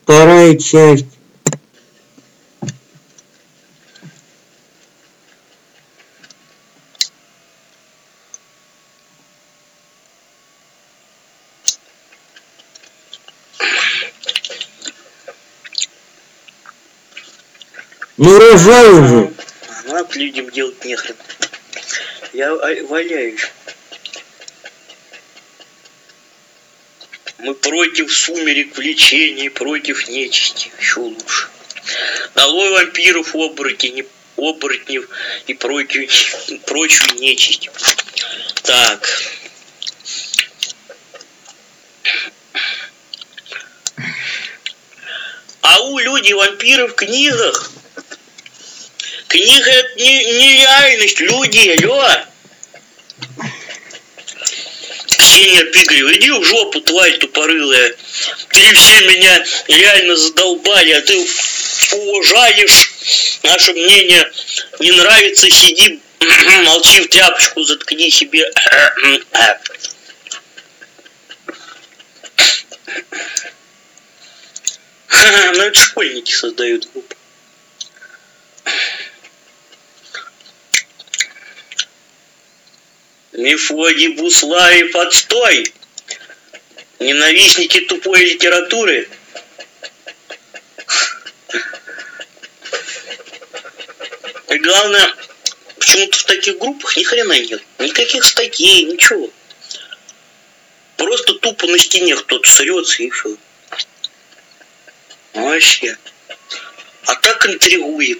Вторая часть. Ну рожай уже. Ага, людям делать нехрен. Я валяюсь. Мы против сумерек, влечений, против нечисти. Еще лучше. Долой вампиров, оборотней и прочую нечисть. Так. Ау, люди, вампиры в книгах. Книга — это не реальность, люди, алло. Ксения Пигарева, иди в жопу, тварь тупорылая. Ты все меня реально задолбали, а ты уважаешь наше мнение. Не нравится, сиди, молчи в тряпочку, заткни себе. Ну это школьники создают группу. Мефодий Буслаев, отстой! Ненавистники тупой литературы. И главное, почему-то в таких группах ни хрена нет. Никаких статей, ничего. Просто тупо на стене кто-то срется и все. Вообще. А так интригует.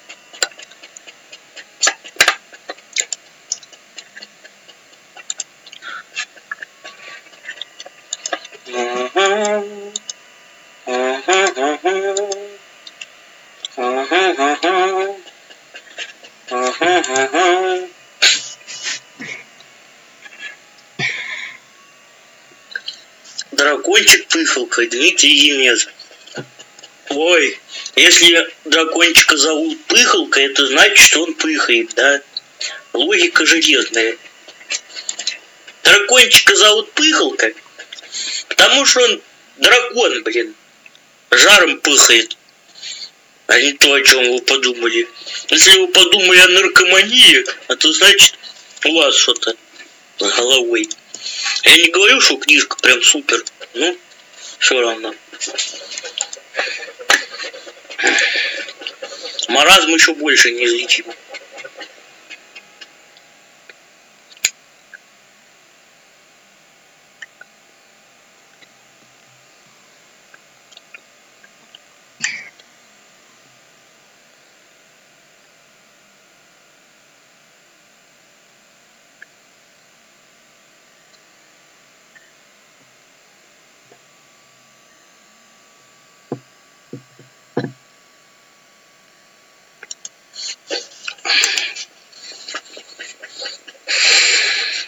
Дракончик пыхалка, Дмитрий Емец. Ой, если дракончика зовут Пыхалка, это значит, что он пыхает, да? Логика железная. Дракончика зовут Пыхалка, потому что он дракон, блин. Жаром пыхает. А не то, о чем вы подумали. Если вы подумали о наркомании, это значит, у вас что-то с головой. Я не говорю, что книжка прям супер. Ну, все равно. Маразм еще больше неизлечим.